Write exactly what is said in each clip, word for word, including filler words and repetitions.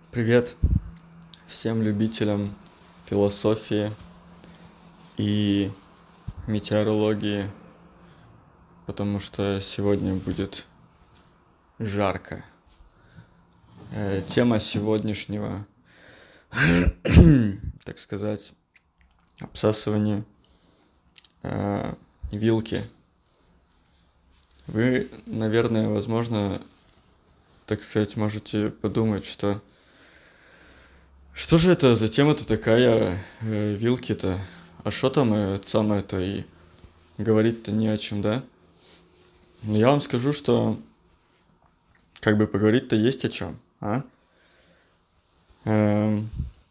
Привет всем любителям философии и метеорологии, потому что сегодня будет жарко. Э, Тема сегодняшнего, так сказать, обсасывания э, вилки. Вы, наверное, возможно, так сказать, можете подумать, что что же это за тема-то такая, э, вилки-то? А что там э, самое-то и говорить-то не о чем, да? Но я вам скажу, что как бы поговорить-то есть о чем, а? Эм,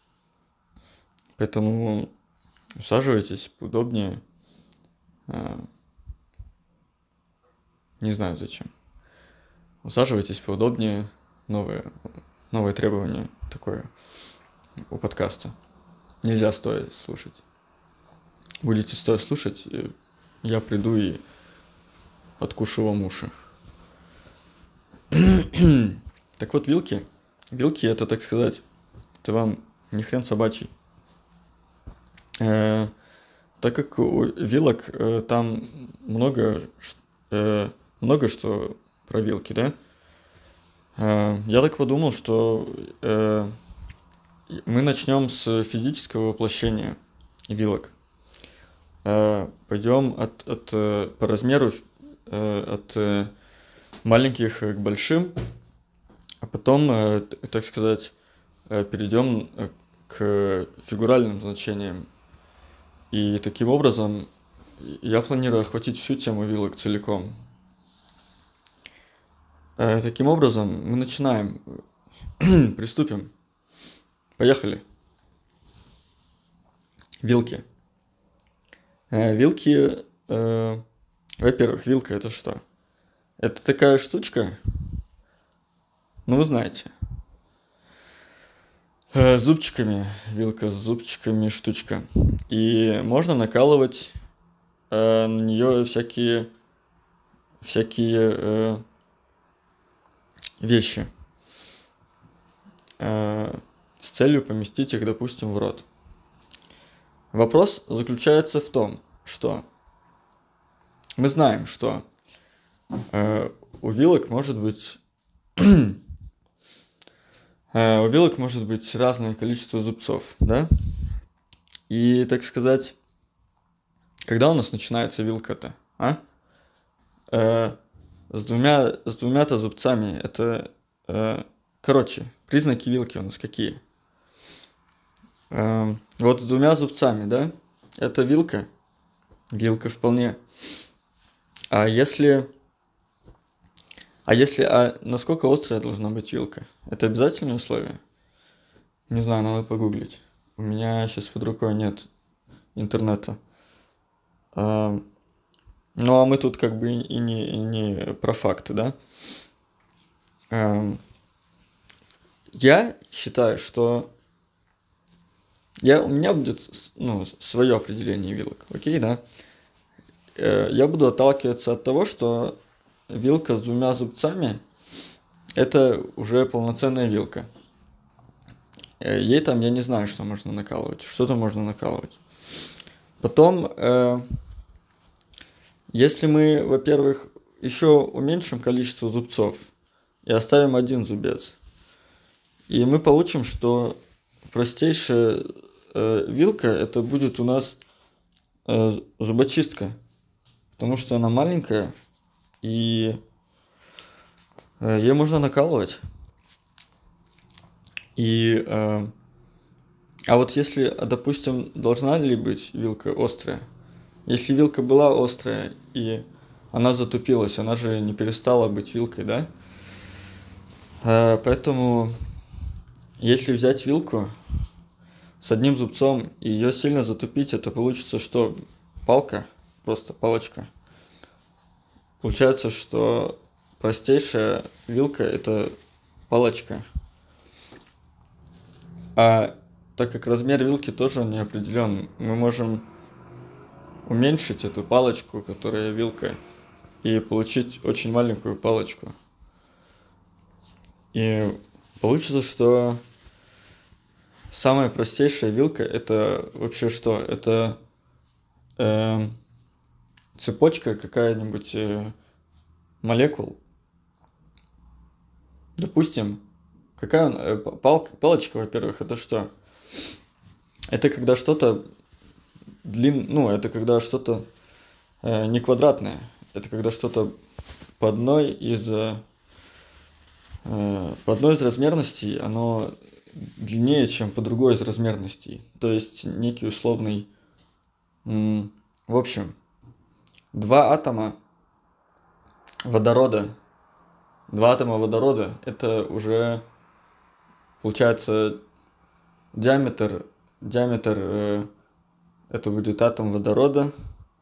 Поэтому усаживайтесь поудобнее. Э, Не знаю зачем. Усаживайтесь поудобнее. Новое, новое требование такое у подкаста. Нельзя стоя слушать. Будете стоя слушать, э, я приду и откушу вам уши. Так вот, вилки. Вилки это, так сказать, это вам не хрен собачий. Э, Так как у вилок э, там много, ш- э, много что про вилки, да? Э, Я так подумал, что э, и- мы начнем с физического воплощения вилок. Э, Пойдем от, от, э, по размеру э, от э, маленьких к большим, а потом, э, т- так сказать, э, перейдем э, к фигуральным значениям. И таким образом я планирую охватить всю тему вилок целиком. Э, Таким образом, мы начинаем. Приступим. Поехали. Вилки. Э, Вилки, э, во-первых, вилка это что? Это такая штучка, ну вы знаете, э, с зубчиками, вилка с зубчиками штучка. И можно накалывать э, на нее всякие, всякие э, вещи э, с целью поместить их, допустим, в рот. Вопрос заключается в том, что мы знаем, что э, у вилок может быть э, у вилок может быть разное количество зубцов, да? И, так сказать, когда у нас начинается вилка-то, а? Э, с двумя, с двумя-то зубцами, это, э, короче, признаки вилки у нас какие? Э, вот с двумя зубцами, да? Это вилка, вилка вполне. А если, а если, а насколько острая должна быть вилка? Это обязательное условие? Не знаю, надо погуглить. У меня сейчас под рукой нет интернета. А, ну, а мы тут как бы и не, и не про факты, да? А, я считаю, что я, у меня будет с- ну, свое определение вилок, окей, да? Э, Я буду отталкиваться от того, что вилка с двумя зубцами– это уже полноценная вилка. Э, Ей там, я не знаю, что можно накалывать, что-то можно накалывать. Потом, э, если мы, во-первых, еще уменьшим количество зубцов и оставим один зубец, и мы получим, что простейшая э, вилка это будет у нас э, зубочистка, потому что она маленькая и э, ее можно накалывать. И э, а вот если, а, допустим, должна ли быть вилка острая? Если вилка была острая и она затупилась, она же не перестала быть вилкой, да? Э, поэтому, если взять вилку с одним зубцом и ее сильно затупить, это получится что? Палка, просто палочка. Получается, что простейшая вилка это палочка. А так как размер вилки тоже не определен, мы можем уменьшить эту палочку, которая вилка, и получить очень маленькую палочку. И получится, что самая простейшая вилка это вообще что? Это э, цепочка какая-нибудь э, молекул. Допустим, какая он, э, палка, палочка, во-первых, это что? Это когда что-то длин, ну, это когда что-то э, не квадратное. Это когда что-то по одной из э, по одной из размерностей оно длиннее, чем по другой из размерностей. То есть некий условный... м, В общем, два атома водорода. Два атома водорода это уже получается диаметр. Диаметр э, это будет атом водорода.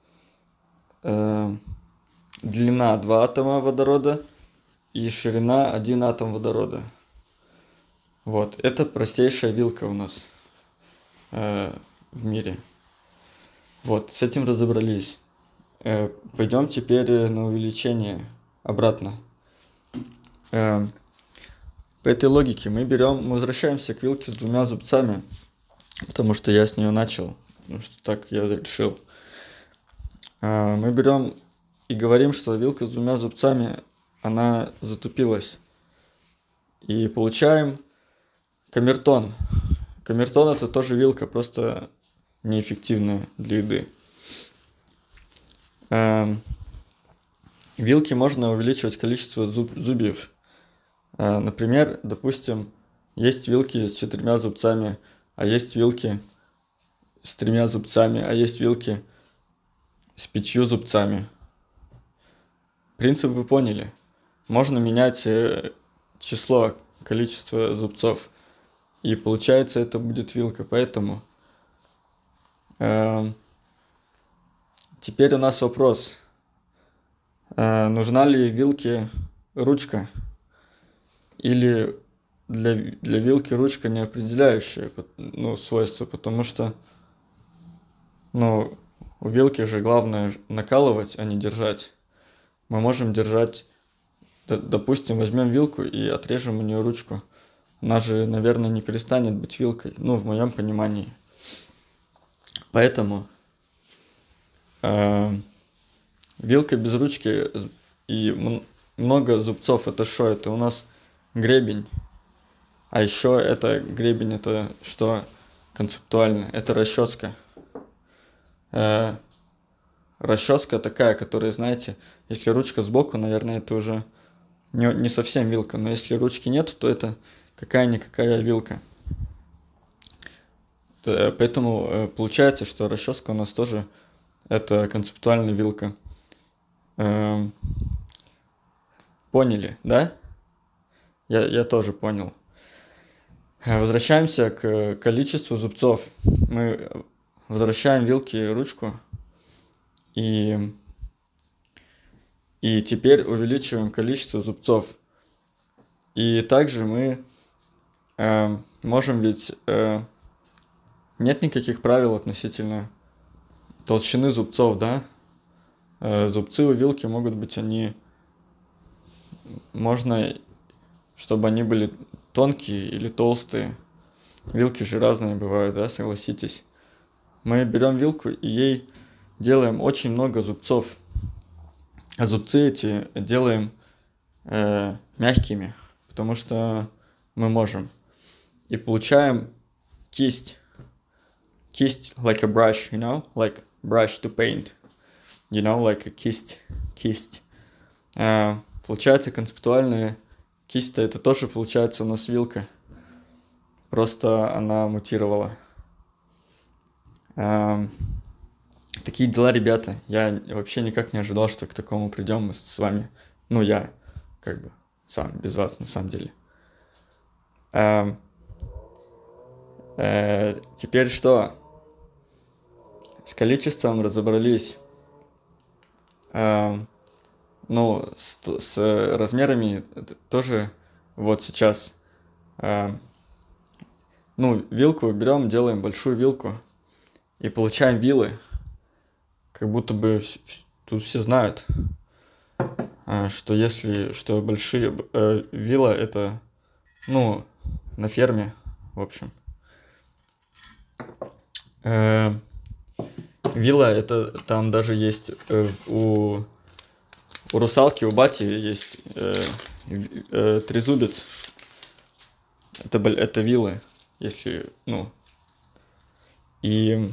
Э, длина два атома водорода. И ширина один атом водорода. Вот, это простейшая вилка у нас э, в мире. Вот, с этим разобрались. Э, пойдем теперь на увеличение обратно. Э, по этой логике мы берем, мы возвращаемся к вилке с двумя зубцами, потому что я с нее начал, потому что так я решил. Э, мы берем и говорим, что вилка с двумя зубцами, она затупилась. И получаем камертон. Камертон это тоже вилка, просто неэффективная для еды. Эм, вилки можно увеличивать количество зуб, зубьев. Э, например, допустим, есть вилки с четырьмя зубцами, а есть вилки с тремя зубцами, а есть вилки с пятью зубцами. Принцип вы поняли. Можно менять э, число, количество зубцов. И получается, это будет вилка. Поэтому э, теперь у нас вопрос. Э, нужна ли вилке ручка? Или для, для вилки ручка не определяющая ну, свойства? Потому что ну, у вилки же главное накалывать, а не держать. Мы можем держать... Допустим, возьмем вилку и отрежем у нее ручку. Она же, наверное, не перестанет быть вилкой. Ну, в моем понимании. Поэтому э, вилка без ручки и много зубцов это что? Это у нас гребень. А еще это гребень, это что концептуально? Это расческа. Э, расческа такая, которая, знаете, если ручка сбоку, наверное, это уже не, не совсем вилка. Но если ручки нет, то это какая-никакая вилка. Поэтому получается, что расческа у нас тоже это концептуальная вилка. Эм, поняли, да? Я, я тоже понял. Возвращаемся к количеству зубцов. Мы возвращаем вилке ручку. И, и теперь увеличиваем количество зубцов. И также мы э, можем ведь... Э, нет никаких правил относительно толщины зубцов, да? Э, зубцы у вилки могут быть, они... Можно, чтобы они были тонкие или толстые. Вилки же разные бывают, да, согласитесь. Мы берем вилку и ей делаем очень много зубцов. А зубцы эти делаем э, мягкими, потому что мы можем. И получаем кисть. Кисть like a brush, you know? Like brush to paint. You know, like a кисть. Кисть. Э, получается концептуальная кисть, это тоже получается у нас вилка. Просто она мутировала. Э, такие дела, ребята. Я вообще никак не ожидал, что к такому придем мы с вами. Ну, я как бы сам, без вас на самом деле. Э, э, теперь что? С количеством разобрались. Э, ну, с, с размерами тоже вот сейчас. Э, ну, вилку берем, делаем большую вилку и получаем вилы. Как будто бы тут все знают, что если, что большие э, вилла это, ну, на ферме, в общем. Э, Вилла, это там даже есть э, у, у русалки, у бати есть э, в- э, трезубец. Это, бол- это виллы, если, ну, и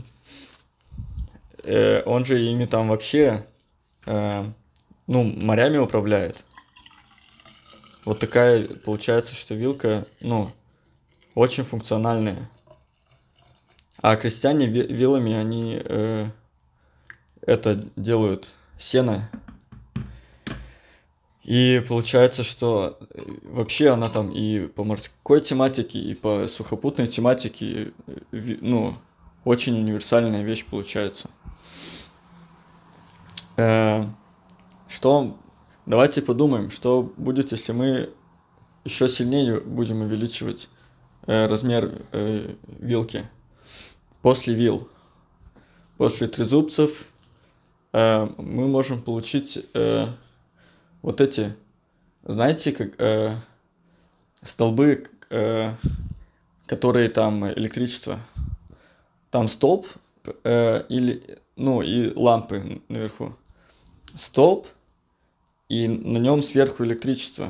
э, он же ими там вообще, э, ну, морями управляет. Вот такая получается, что вилка, ну, очень функциональная. А крестьяне ви- вилами, они э, это делают сено. И получается, что э, вообще она там и по морской тематике, и по сухопутной тематике, э, ви- ну, очень универсальная вещь получается. Э, Что, давайте подумаем, что будет, если мы еще сильнее будем увеличивать э, размер э, вилки после вил. После трезубцев э, мы можем получить э, вот эти, знаете, как э, столбы, э, которые там электричество. Там столб э, или, ну, и лампы наверху. Столб, и на нем сверху электричество.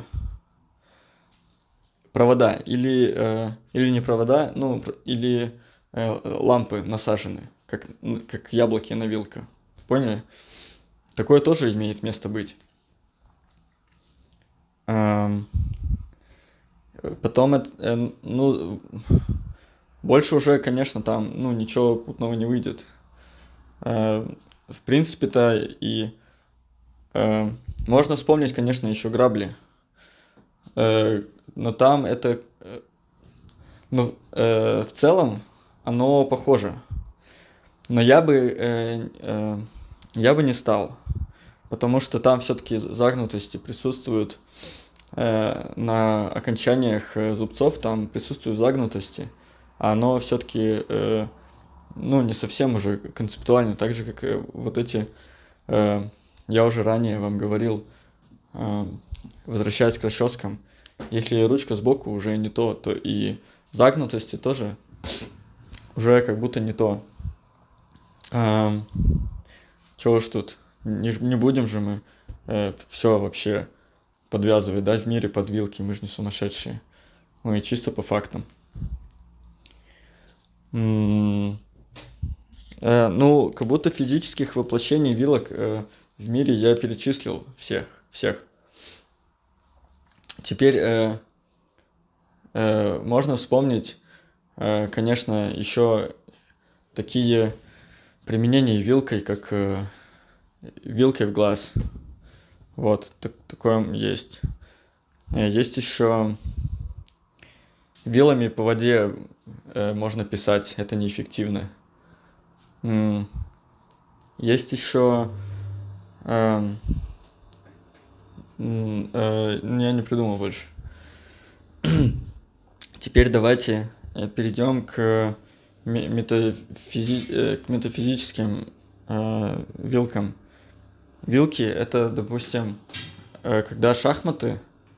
Провода или, э, или не провода, ну, пр- или э, лампы насажены, как, н- как яблоки на вилка. Поняли? Такое тоже имеет место быть. Ам, Потом, это, э, ну, больше уже, конечно, там, ну, ничего путного не выйдет. Э, В принципе-то и э, можно вспомнить, конечно, еще грабли. Э, Но там это, э, ну, э, в целом, оно похоже. Но я бы, э, э, я бы не стал, потому что там все-таки загнутости присутствуют э, на окончаниях э, зубцов, там присутствуют загнутости, а оно все-таки, э, ну, не совсем уже концептуально, так же, как э, вот эти, э, я уже ранее вам говорил, э, возвращаясь к расческам, если ручка сбоку уже не то, то и загнутости тоже уже как будто не то. Эм, Чего ж тут? Не, ж- не будем же мы все вообще подвязывать, да, в мире под вилки, мы же не сумасшедшие. Мы чисто по фактам. М, э, ну, как будто физических воплощений вилок э, в мире я перечислил всех, всех. Теперь э, э, можно вспомнить, э, конечно, еще такие применения вилкой, как э, вилкой в глаз. Вот, так- такое есть. Э, Есть еще вилами по воде э, можно писать, это неэффективно. М, Есть еще... эм, м, э, я не придумал больше. Теперь давайте э, перейдем к, ме- метафизи- э, к метафизическим э, вилкам. Вилки это, допустим, э, когда шахматы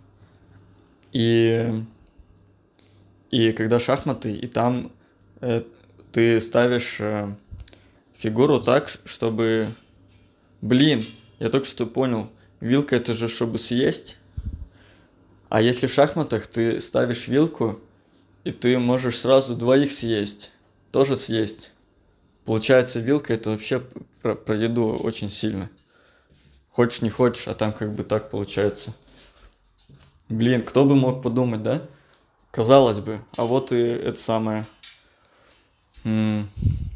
и, и когда шахматы, и там э, ты ставишь э, фигуру так, ш- чтобы... Блин, я только что понял. Вилка это же чтобы съесть. А если в шахматах ты ставишь вилку, и ты можешь сразу двоих съесть, тоже съесть. Получается, вилка это вообще про, про еду очень сильно. Хочешь не хочешь, а там как бы так получается. Блин, кто бы мог подумать, да? Казалось бы. А вот и это самое. м,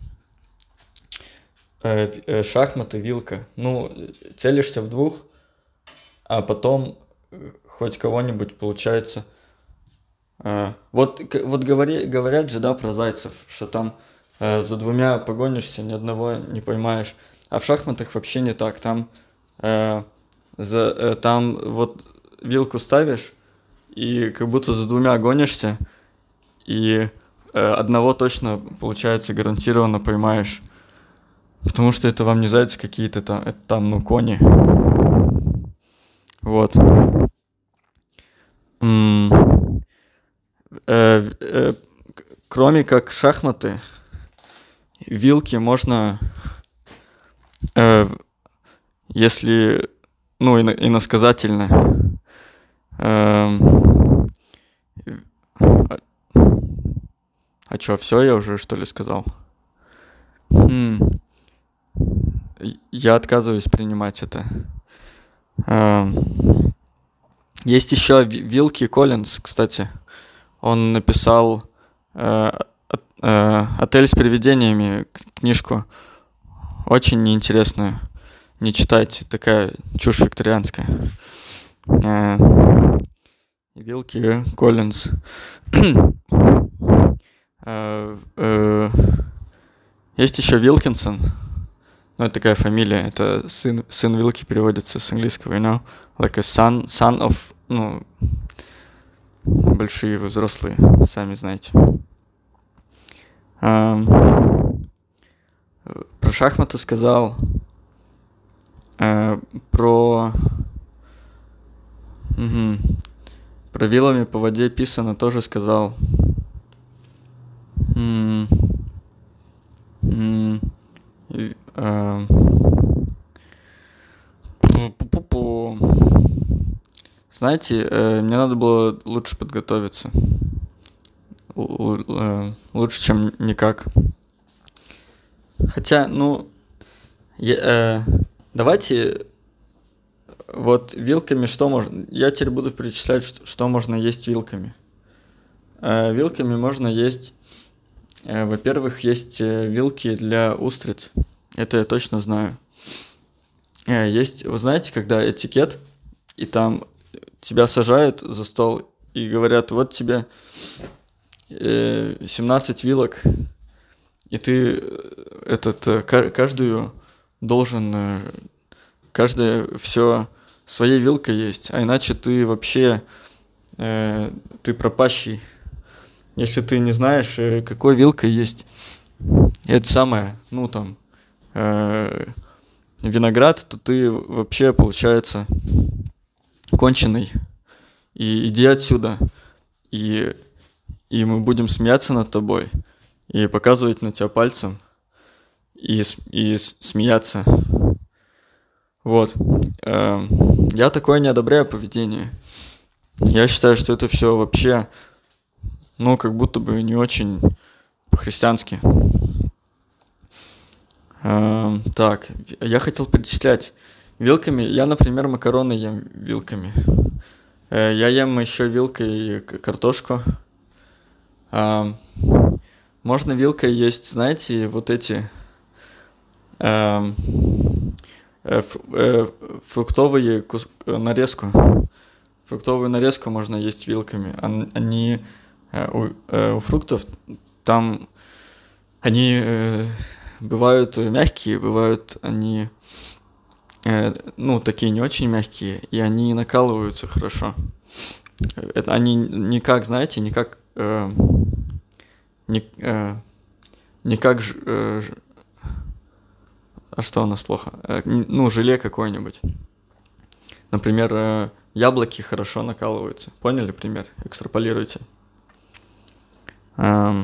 э, э, Шахматы, вилка. Ну, целишься в двух, а потом э, хоть кого-нибудь получается. А, вот, к- вот говори, говорят же, да, про зайцев, что там э, за двумя погонишься, ни одного не поймаешь. А в шахматах вообще не так. Там, э, за, э, там вот вилку ставишь, и как будто за двумя гонишься, и э, одного точно, получается, гарантированно поймаешь. Потому что это вам не зайцы какие-то там, это там, ну, кони. Вот. М, э, э, к- Кроме как шахматы, вилки можно, э, если, ну, ино- иносказательно. эм, а, а чё, все, я уже, что ли, сказал? Хм, и- я отказываюсь принимать это. Эм, есть еще Вилки Коллинз, кстати. Он написал э, от- э, «Отель с привидениями», к- книжку. Очень неинтересную. Не читайте, такая чушь викторианская. Э, Вилки Коллинз. Э, э, Есть еще Вилкинсон. Ну, это такая фамилия. Это сын, сын Вилки переводится с английского, you know? Like a son, son of... Ну, большие вы взрослые, сами знаете. Эм, Про шахматы сказал. Э, Про... мгм. Про вилами по воде писано тоже сказал. М, м, и, эм, пу-пу-пу. Знаете, э, мне надо было лучше подготовиться. Л- л- э, Лучше, чем никак. Хотя, ну, я- э, давайте вот вилками что можно... Я теперь буду перечислять, что, что можно есть вилками. Э, вилками можно есть... э, во-первых, есть э, вилки для устриц. Это я точно знаю. Э, есть, вы знаете, когда этикет, и там тебя сажают за стол и говорят, вот тебе э, семнадцать вилок, и ты э, этот, э, ка- каждую должен, э, каждая все своей вилкой есть, а иначе ты вообще, э, ты пропащий, если ты не знаешь, э, какой вилкой есть. Это самое, ну там, э, виноград, то ты вообще, получается, конченый. И иди отсюда. И, и мы будем смеяться над тобой. И показывать на тебя пальцем. И, с- и с- смеяться. Вот. Эм, Я такое не одобряю поведение. Я считаю, что это все вообще, ну, как будто бы не очень по-христиански. Эм, Так, в- я хотел перечислять вилками. Я, например, макароны ем вилками. Э, Я ем еще вилкой к- картошку. Ам, Можно вилкой есть, знаете, вот эти эм, э, ф- э, фруктовые кус- э, нарезку. Фруктовую нарезку можно есть вилками. Ан- Они э, у, э, у фруктов там они э, бывают мягкие, бывают они э, ну такие не очень мягкие, и они накалываются хорошо. Э, Это они не как, знаете, не как э, не, э, не как ж- э, ж- а что у нас плохо? Э, н- Ну, желе какое-нибудь. Например, э, яблоки хорошо накалываются. Поняли пример? Экстраполируйте. Эм,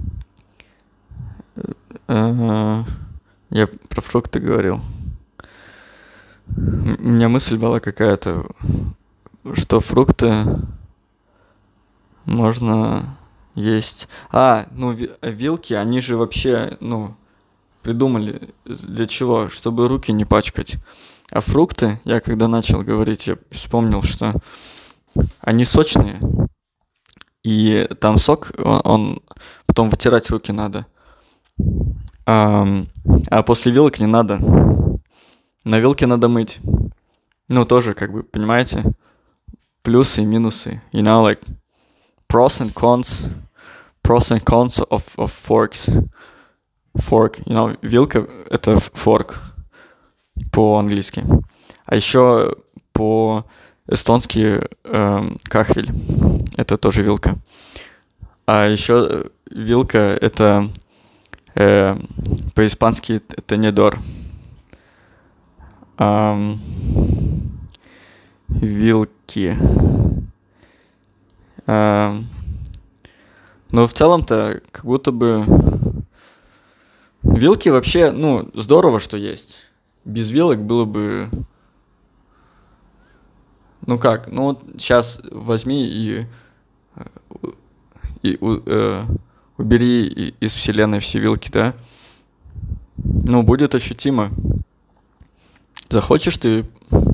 э, Я про фрукты говорил. М- У меня мысль была какая-то, что фрукты можно есть. А, ну, ви- вилки, они же вообще, ну, придумали для чего? Чтобы руки не пачкать. А фрукты, я когда начал говорить, я вспомнил, что они сочные, и там сок, он, он потом вытирать руки надо. Ам, а после вилок не надо. На вилке надо мыть. Ну, тоже, как бы, понимаете, плюсы и минусы. You know, like pros and cons, pros and cons of, of forks. Fork, you know, вилка — это fork по-английски. А еще по-эстонски эм, кахвель. Это тоже вилка. А еще вилка — это э, по-испански тенедор. Ам, Вилки. Ам, Но в целом-то как будто бы Вилки вообще, ну, здорово, что есть. Без вилок было бы... Ну как, ну вот сейчас возьми и, и у- э, убери и- из вселенной все вилки, да? Ну, будет ощутимо. Захочешь ты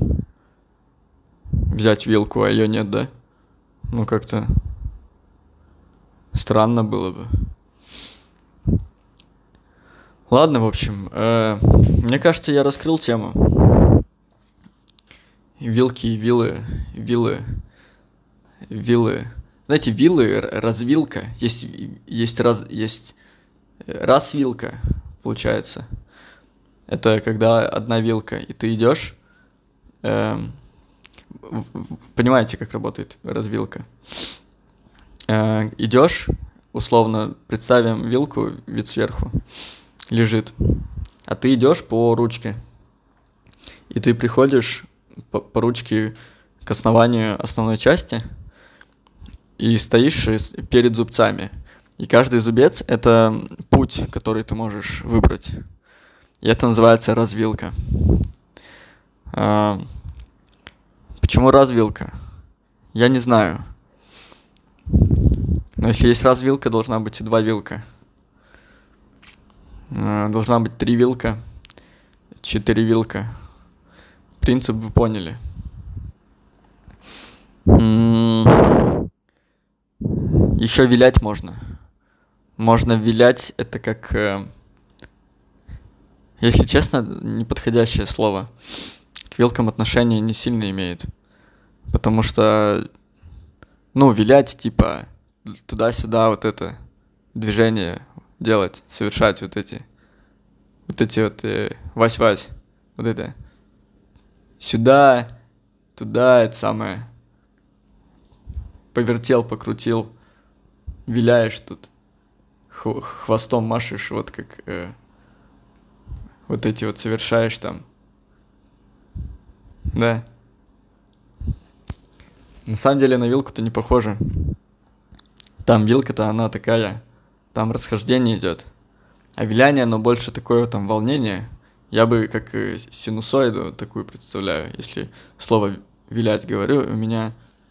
взять вилку, а ее нет, да? Ну, как-то странно было бы. Ладно, в общем, э, мне кажется, я раскрыл тему. Вилки, вилы, вилы, вилы. Знаете, вилы, р- развилка. Есть, есть, раз, есть э, развилка, получается. Это когда одна вилка, и ты идешь. эм, в- в- понимаете, как работает развилка? Э, идешь, условно, представим вилку, вид сверху, лежит. А ты идешь по ручке. И ты приходишь по, по ручке к основанию основной части и стоишь с- перед зубцами. И каждый зубец — это путь, который ты можешь выбрать. И это называется развилка. А, почему развилка? Я не знаю. Но если есть развилка, должна быть и два вилка. А, должна быть три вилка, четыре вилка. Принцип вы поняли. М, Еще вилять можно. Можно вилять, это как, э, если честно, неподходящее слово. К вилкам отношение не сильно имеет. Потому что, ну, вилять, типа, туда-сюда вот это движение делать, совершать вот эти, вот эти вот э, вась-вась, вот это. Сюда, туда, это самое. Повертел, покрутил, виляешь тут, хв- хвостом машешь, вот как э, вот эти вот совершаешь там. Да. На самом деле на вилку-то не похоже. Там вилка-то она такая, там расхождение идет. А виляние, оно больше такое там волнение. Я бы как э, синусоиду такую представляю. Если слово вилять говорю, у меня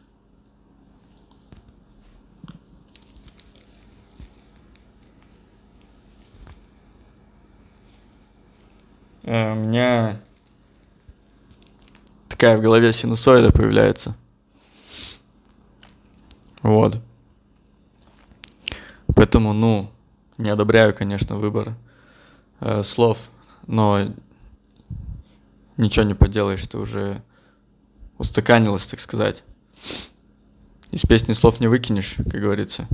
э, у меня такая в голове синусоида появляется. Вот. Поэтому, ну, не одобряю, конечно, выбор э, слов, но ничего не поделаешь, ты уже устаканилась, так сказать. Из песни слов не выкинешь, как говорится.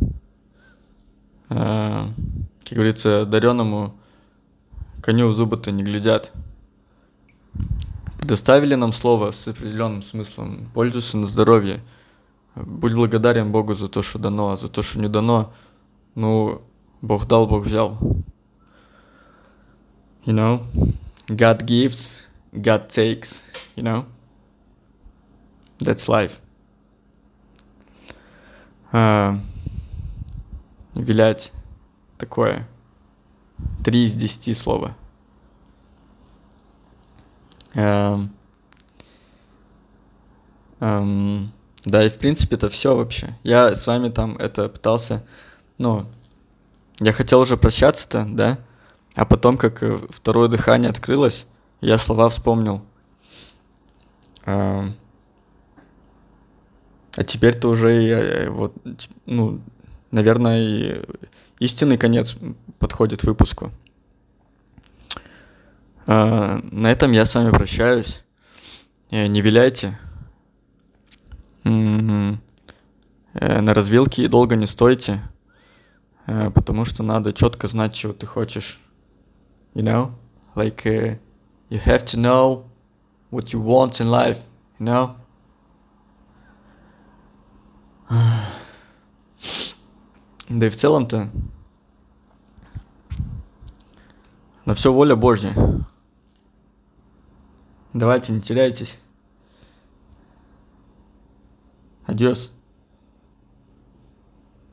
Э, как говорится, дареному коню зубы-то не глядят. Предоставили нам слово с определенным смыслом. Пользуйся на здоровье. Будь благодарен Богу за то, что дано, а за то, что не дано, ну, Бог дал, Бог взял. You know? God gives, God takes, you know? That's life. А, вилять такое. Три из десяти слова. Эм, эм, да, и в принципе это все вообще. Я с вами там это пытался, ну, я хотел уже прощаться-то, да, а потом, как э, второе дыхание открылось, я слова вспомнил. Эм, а теперь-то уже, я, я вот, т- ну, наверное, и истинный конец подходит выпуску. А, на этом я с вами прощаюсь. Э, Не виляйте. М, э, На развилке долго не стойте, э, потому что надо четко знать, чего ты хочешь. You know? Like, uh, you have to know what you want in life, you know? Да и в целом-то на все воля Божья. Давайте, не теряйтесь. Адьос.